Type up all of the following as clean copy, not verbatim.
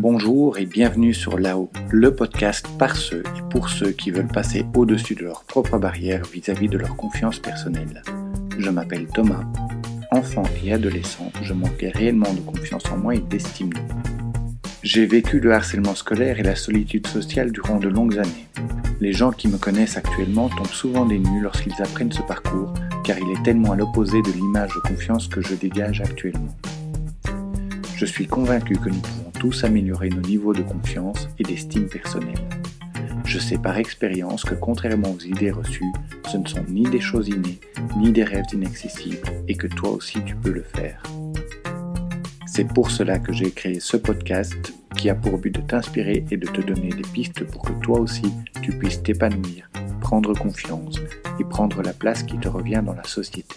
Bonjour et bienvenue sur Là-haut, le podcast par ceux et pour ceux qui veulent passer au-dessus de leurs propres barrières vis-à-vis de leur confiance personnelle. Je m'appelle Thomas. Enfant et adolescent, je manquais réellement de confiance en moi et d'estime de moi. J'ai vécu le harcèlement scolaire et la solitude sociale durant de longues années. Les gens qui me connaissent actuellement tombent souvent des nues lorsqu'ils apprennent ce parcours, car il est tellement à l'opposé de l'image de confiance que je dégage actuellement. Je suis convaincu que nous pouvons tous améliorer nos niveaux de confiance et d'estime personnelle. Je sais par expérience que contrairement aux idées reçues, ce ne sont ni des choses innées, ni des rêves inaccessibles, et que toi aussi tu peux le faire. C'est pour cela que j'ai créé ce podcast qui a pour but de t'inspirer et de te donner des pistes pour que toi aussi tu puisses t'épanouir, prendre confiance et prendre la place qui te revient dans la société.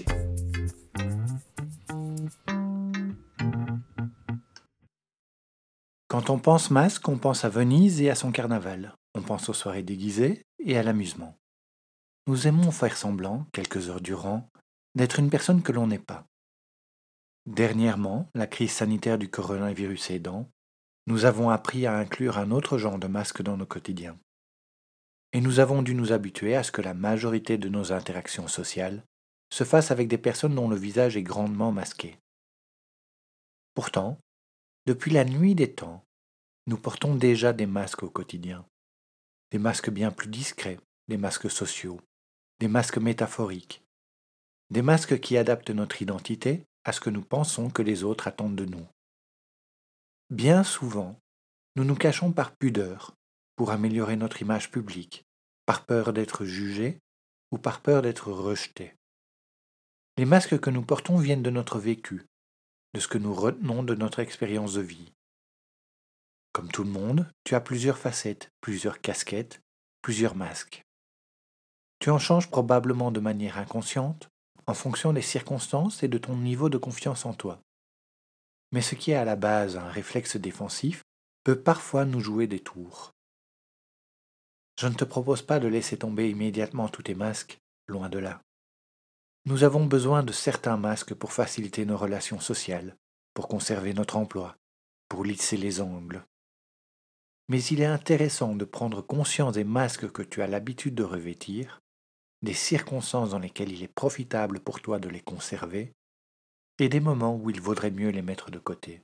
Quand on pense masque, on pense à Venise et à son carnaval. On pense aux soirées déguisées et à l'amusement. Nous aimons faire semblant, quelques heures durant, d'être une personne que l'on n'est pas. Dernièrement, la crise sanitaire du coronavirus aidant, nous avons appris à inclure un autre genre de masque dans nos quotidiens. Et nous avons dû nous habituer à ce que la majorité de nos interactions sociales se fassent avec des personnes dont le visage est grandement masqué. Pourtant, depuis la nuit des temps, nous portons déjà des masques au quotidien. Des masques bien plus discrets, des masques sociaux, des masques métaphoriques, des masques qui adaptent notre identité à ce que nous pensons que les autres attendent de nous. Bien souvent, nous nous cachons par pudeur pour améliorer notre image publique, par peur d'être jugés ou par peur d'être rejetés. Les masques que nous portons viennent de notre vécu, de ce que nous retenons de notre expérience de vie. Comme tout le monde, tu as plusieurs facettes, plusieurs casquettes, plusieurs masques. Tu en changes probablement de manière inconsciente, en fonction des circonstances et de ton niveau de confiance en toi. Mais ce qui est à la base un réflexe défensif peut parfois nous jouer des tours. Je ne te propose pas de laisser tomber immédiatement tous tes masques, loin de là. Nous avons besoin de certains masques pour faciliter nos relations sociales, pour conserver notre emploi, pour lisser les angles. Mais il est intéressant de prendre conscience des masques que tu as l'habitude de revêtir, des circonstances dans lesquelles il est profitable pour toi de les conserver, et des moments où il vaudrait mieux les mettre de côté.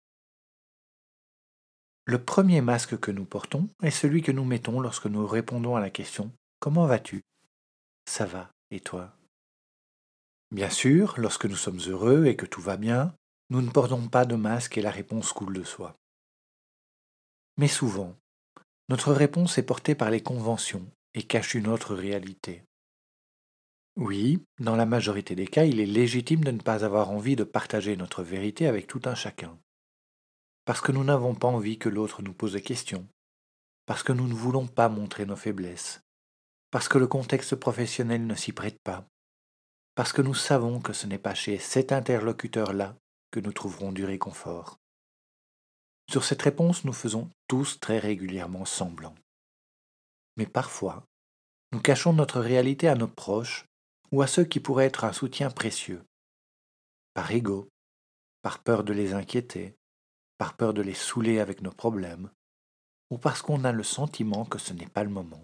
Le premier masque que nous portons est celui que nous mettons lorsque nous répondons à la question « Comment vas-tu » ? Ça va, et toi ? Bien sûr, lorsque nous sommes heureux et que tout va bien, nous ne portons pas de masque et la réponse coule de soi. Mais souvent, notre réponse est portée par les conventions et cache une autre réalité. Oui, dans la majorité des cas, il est légitime de ne pas avoir envie de partager notre vérité avec tout un chacun. Parce que nous n'avons pas envie que l'autre nous pose des questions. Parce que nous ne voulons pas montrer nos faiblesses. Parce que le contexte professionnel ne s'y prête pas. Parce que nous savons que ce n'est pas chez cet interlocuteur-là que nous trouverons du réconfort. Sur cette réponse, nous faisons tous très régulièrement semblant. Mais parfois, nous cachons notre réalité à nos proches ou à ceux qui pourraient être un soutien précieux. Par ego, par peur de les inquiéter, par peur de les saouler avec nos problèmes, ou parce qu'on a le sentiment que ce n'est pas le moment.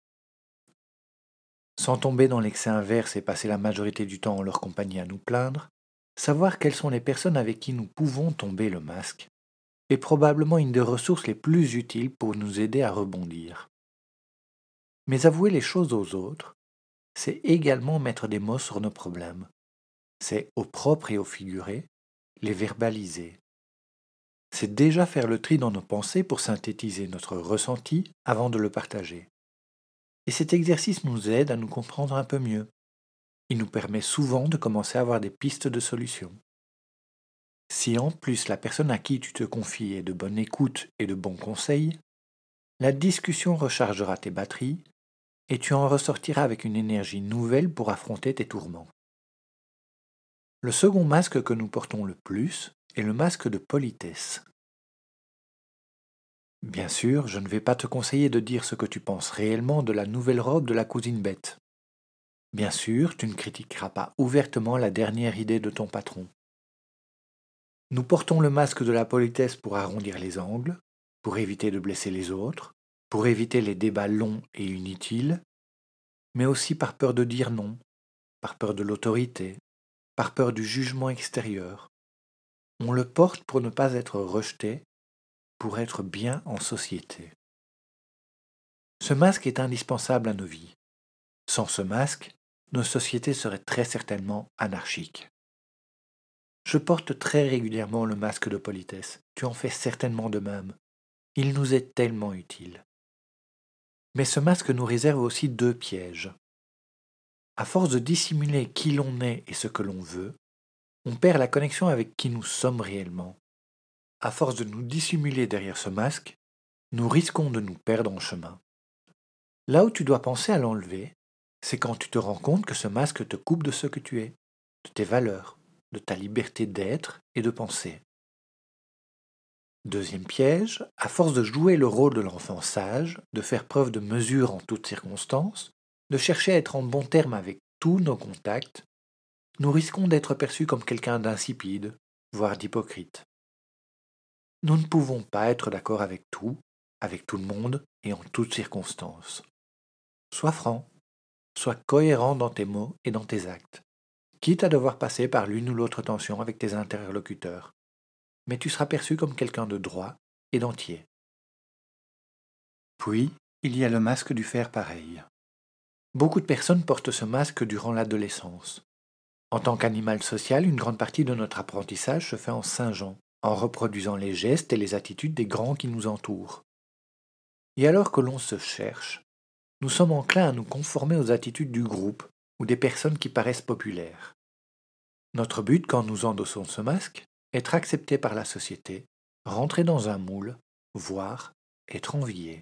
Sans tomber dans l'excès inverse et passer la majorité du temps en leur compagnie à nous plaindre, savoir quelles sont les personnes avec qui nous pouvons tomber le masque est probablement une des ressources les plus utiles pour nous aider à rebondir. Mais avouer les choses aux autres, c'est également mettre des mots sur nos problèmes. C'est, au propre et au figuré, les verbaliser. C'est déjà faire le tri dans nos pensées pour synthétiser notre ressenti avant de le partager. Et cet exercice nous aide à nous comprendre un peu mieux. Il nous permet souvent de commencer à avoir des pistes de solutions. Si en plus la personne à qui tu te confies est de bonne écoute et de bons conseils, la discussion rechargera tes batteries et tu en ressortiras avec une énergie nouvelle pour affronter tes tourments. Le second masque que nous portons le plus est le masque de politesse. Bien sûr, je ne vais pas te conseiller de dire ce que tu penses réellement de la nouvelle robe de la cousine Bette. Bien sûr, tu ne critiqueras pas ouvertement la dernière idée de ton patron. Nous portons le masque de la politesse pour arrondir les angles, pour éviter de blesser les autres, pour éviter les débats longs et inutiles, mais aussi par peur de dire non, par peur de l'autorité, par peur du jugement extérieur. On le porte pour ne pas être rejeté, pour être bien en société. Ce masque est indispensable à nos vies. Sans ce masque, nos sociétés seraient très certainement anarchiques. Je porte très régulièrement le masque de politesse. Tu en fais certainement de même. Il nous est tellement utile. Mais ce masque nous réserve aussi deux pièges. À force de dissimuler qui l'on est et ce que l'on veut, on perd la connexion avec qui nous sommes réellement. À force de nous dissimuler derrière ce masque, nous risquons de nous perdre en chemin. Là où tu dois penser à l'enlever, c'est quand tu te rends compte que ce masque te coupe de ce que tu es, de tes valeurs, de ta liberté d'être et de penser. Deuxième piège, à force de jouer le rôle de l'enfant sage, de faire preuve de mesure en toutes circonstances, de chercher à être en bon terme avec tous nos contacts, nous risquons d'être perçus comme quelqu'un d'insipide, voire d'hypocrite. Nous ne pouvons pas être d'accord avec tout le monde et en toutes circonstances. Sois franc, sois cohérent dans tes mots et dans tes actes, quitte à devoir passer par l'une ou l'autre tension avec tes interlocuteurs, mais tu seras perçu comme quelqu'un de droit et d'entier. Puis, il y a le masque du faire pareil. Beaucoup de personnes portent ce masque durant l'adolescence. En tant qu'animal social, une grande partie de notre apprentissage se fait en singeant, en reproduisant les gestes et les attitudes des grands qui nous entourent. Et alors que l'on se cherche, nous sommes enclins à nous conformer aux attitudes du groupe ou des personnes qui paraissent populaires. Notre but quand nous endossons ce masque, être accepté par la société, rentrer dans un moule, voire être envié.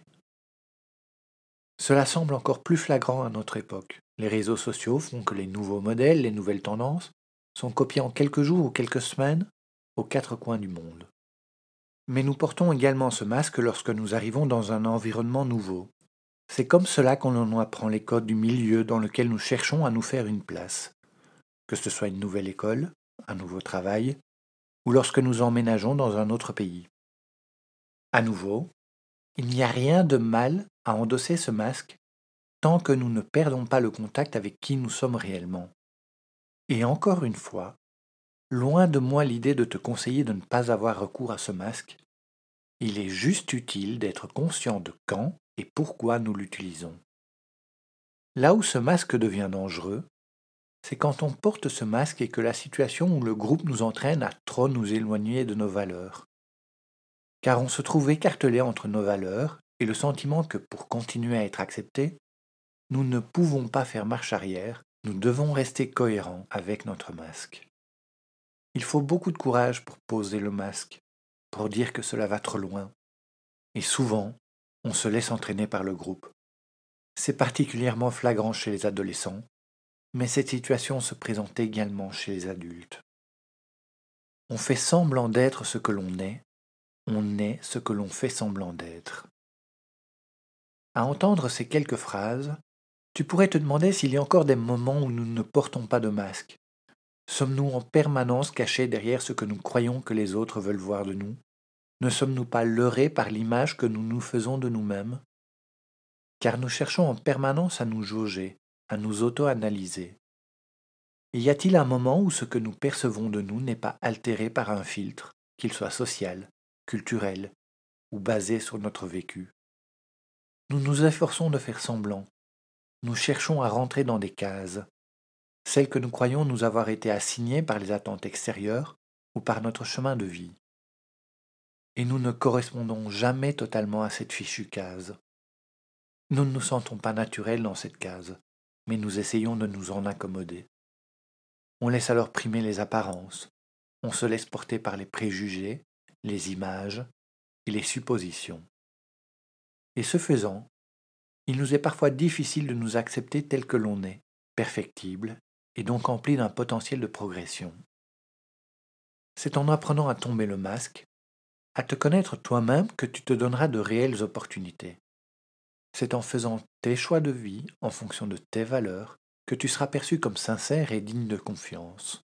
Cela semble encore plus flagrant à notre époque. Les réseaux sociaux font que les nouveaux modèles, les nouvelles tendances, sont copiés en quelques jours ou quelques semaines aux quatre coins du monde. Mais nous portons également ce masque lorsque nous arrivons dans un environnement nouveau. C'est comme cela qu'on en apprend les codes du milieu dans lequel nous cherchons à nous faire une place. Que ce soit une nouvelle école, un nouveau travail, ou lorsque nous emménageons dans un autre pays. À nouveau, il n'y a rien de mal à endosser ce masque tant que nous ne perdons pas le contact avec qui nous sommes réellement. Et encore une fois, loin de moi l'idée de te conseiller de ne pas avoir recours à ce masque, il est juste utile d'être conscient de quand et pourquoi nous l'utilisons. Là où ce masque devient dangereux, c'est quand on porte ce masque et que la situation ou le groupe nous entraîne à trop nous éloigner de nos valeurs. Car on se trouve écartelé entre nos valeurs et le sentiment que pour continuer à être accepté, nous ne pouvons pas faire marche arrière, nous devons rester cohérents avec notre masque. Il faut beaucoup de courage pour poser le masque, pour dire que cela va trop loin. Et souvent, on se laisse entraîner par le groupe. C'est particulièrement flagrant chez les adolescents, mais cette situation se présente également chez les adultes. On fait semblant d'être ce que l'on est, on est ce que l'on fait semblant d'être. À entendre ces quelques phrases, tu pourrais te demander s'il y a encore des moments où nous ne portons pas de masque. Sommes-nous en permanence cachés derrière ce que nous croyons que les autres veulent voir de nous? Ne sommes-nous pas leurrés par l'image que nous nous faisons de nous-mêmes? Car nous cherchons en permanence à nous jauger, à nous auto-analyser. Y a-t-il un moment où ce que nous percevons de nous n'est pas altéré par un filtre, qu'il soit social, culturel ou basé sur notre vécu? Nous nous efforçons de faire semblant. Nous cherchons à rentrer dans des cases, celles que nous croyons nous avoir été assignées par les attentes extérieures ou par notre chemin de vie. Et nous ne correspondons jamais totalement à cette fichue case. Nous ne nous sentons pas naturels dans cette case, mais nous essayons de nous en accommoder. On laisse alors primer les apparences, on se laisse porter par les préjugés, les images et les suppositions. Et ce faisant, il nous est parfois difficile de nous accepter tel que l'on est, perfectible et donc empli d'un potentiel de progression. C'est en apprenant à tomber le masque, à te connaître toi-même que tu te donneras de réelles opportunités. C'est en faisant tes choix de vie en fonction de tes valeurs que tu seras perçu comme sincère et digne de confiance.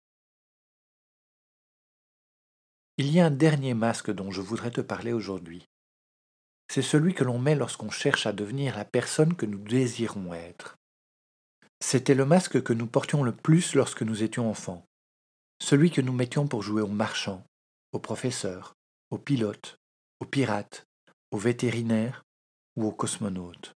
Il y a un dernier masque dont je voudrais te parler aujourd'hui. C'est celui que l'on met lorsqu'on cherche à devenir la personne que nous désirons être. C'était le masque que nous portions le plus lorsque nous étions enfants. Celui que nous mettions pour jouer aux marchands, aux professeurs, aux pilotes, aux pirates, aux vétérinaires ou aux cosmonautes.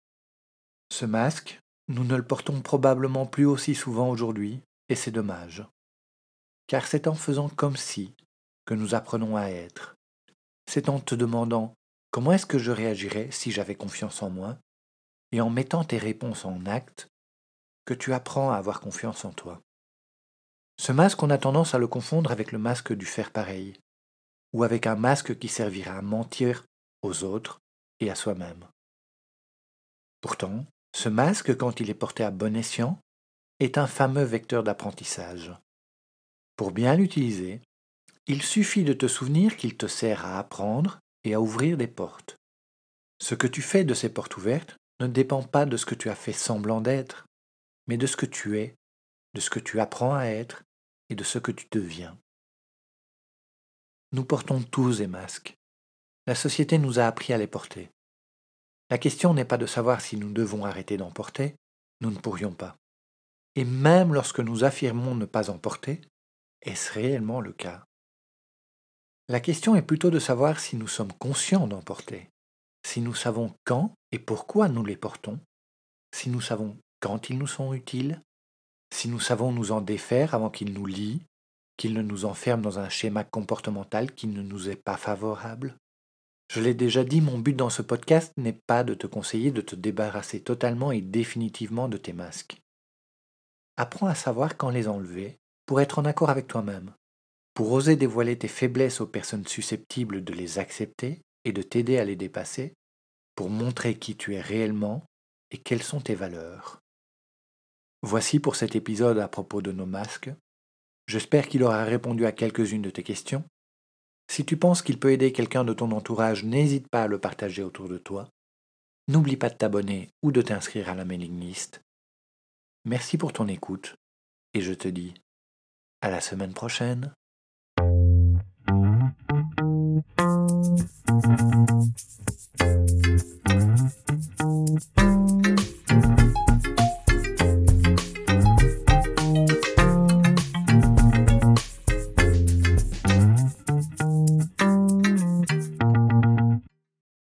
Ce masque, nous ne le portons probablement plus aussi souvent aujourd'hui, et c'est dommage. Car c'est en faisant comme si que nous apprenons à être. C'est en te demandant comment est-ce que je réagirais si j'avais confiance en moi, et en mettant tes réponses en acte, que tu apprends à avoir confiance en toi. Ce masque, on a tendance à le confondre avec le masque du faire pareil, ou avec un masque qui servira à mentir aux autres et à soi-même. Pourtant, ce masque, quand il est porté à bon escient, est un fameux vecteur d'apprentissage. Pour bien l'utiliser, il suffit de te souvenir qu'il te sert à apprendre et à ouvrir des portes. Ce que tu fais de ces portes ouvertes ne dépend pas de ce que tu as fait semblant d'être, mais de ce que tu es, de ce que tu apprends à être et de ce que tu deviens. Nous portons tous des masques. La société nous a appris à les porter. La question n'est pas de savoir si nous devons arrêter d'en porter, nous ne pourrions pas. Et même lorsque nous affirmons ne pas en porter, est-ce réellement le cas? La question est plutôt de savoir si nous sommes conscients d'en porter, si nous savons quand et pourquoi nous les portons, si nous savons quand ils nous sont utiles, si nous savons nous en défaire avant qu'ils nous lient, qu'ils ne nous enferment dans un schéma comportemental qui ne nous est pas favorable. Je l'ai déjà dit, mon but dans ce podcast n'est pas de te conseiller de te débarrasser totalement et définitivement de tes masques. Apprends à savoir quand les enlever pour être en accord avec toi-même, pour oser dévoiler tes faiblesses aux personnes susceptibles de les accepter et de t'aider à les dépasser, pour montrer qui tu es réellement et quelles sont tes valeurs. Voici pour cet épisode à propos de nos masques. J'espère qu'il aura répondu à quelques-unes de tes questions. Si tu penses qu'il peut aider quelqu'un de ton entourage, n'hésite pas à le partager autour de toi. N'oublie pas de t'abonner ou de t'inscrire à la mailing list. Merci pour ton écoute et je te dis à la semaine prochaine.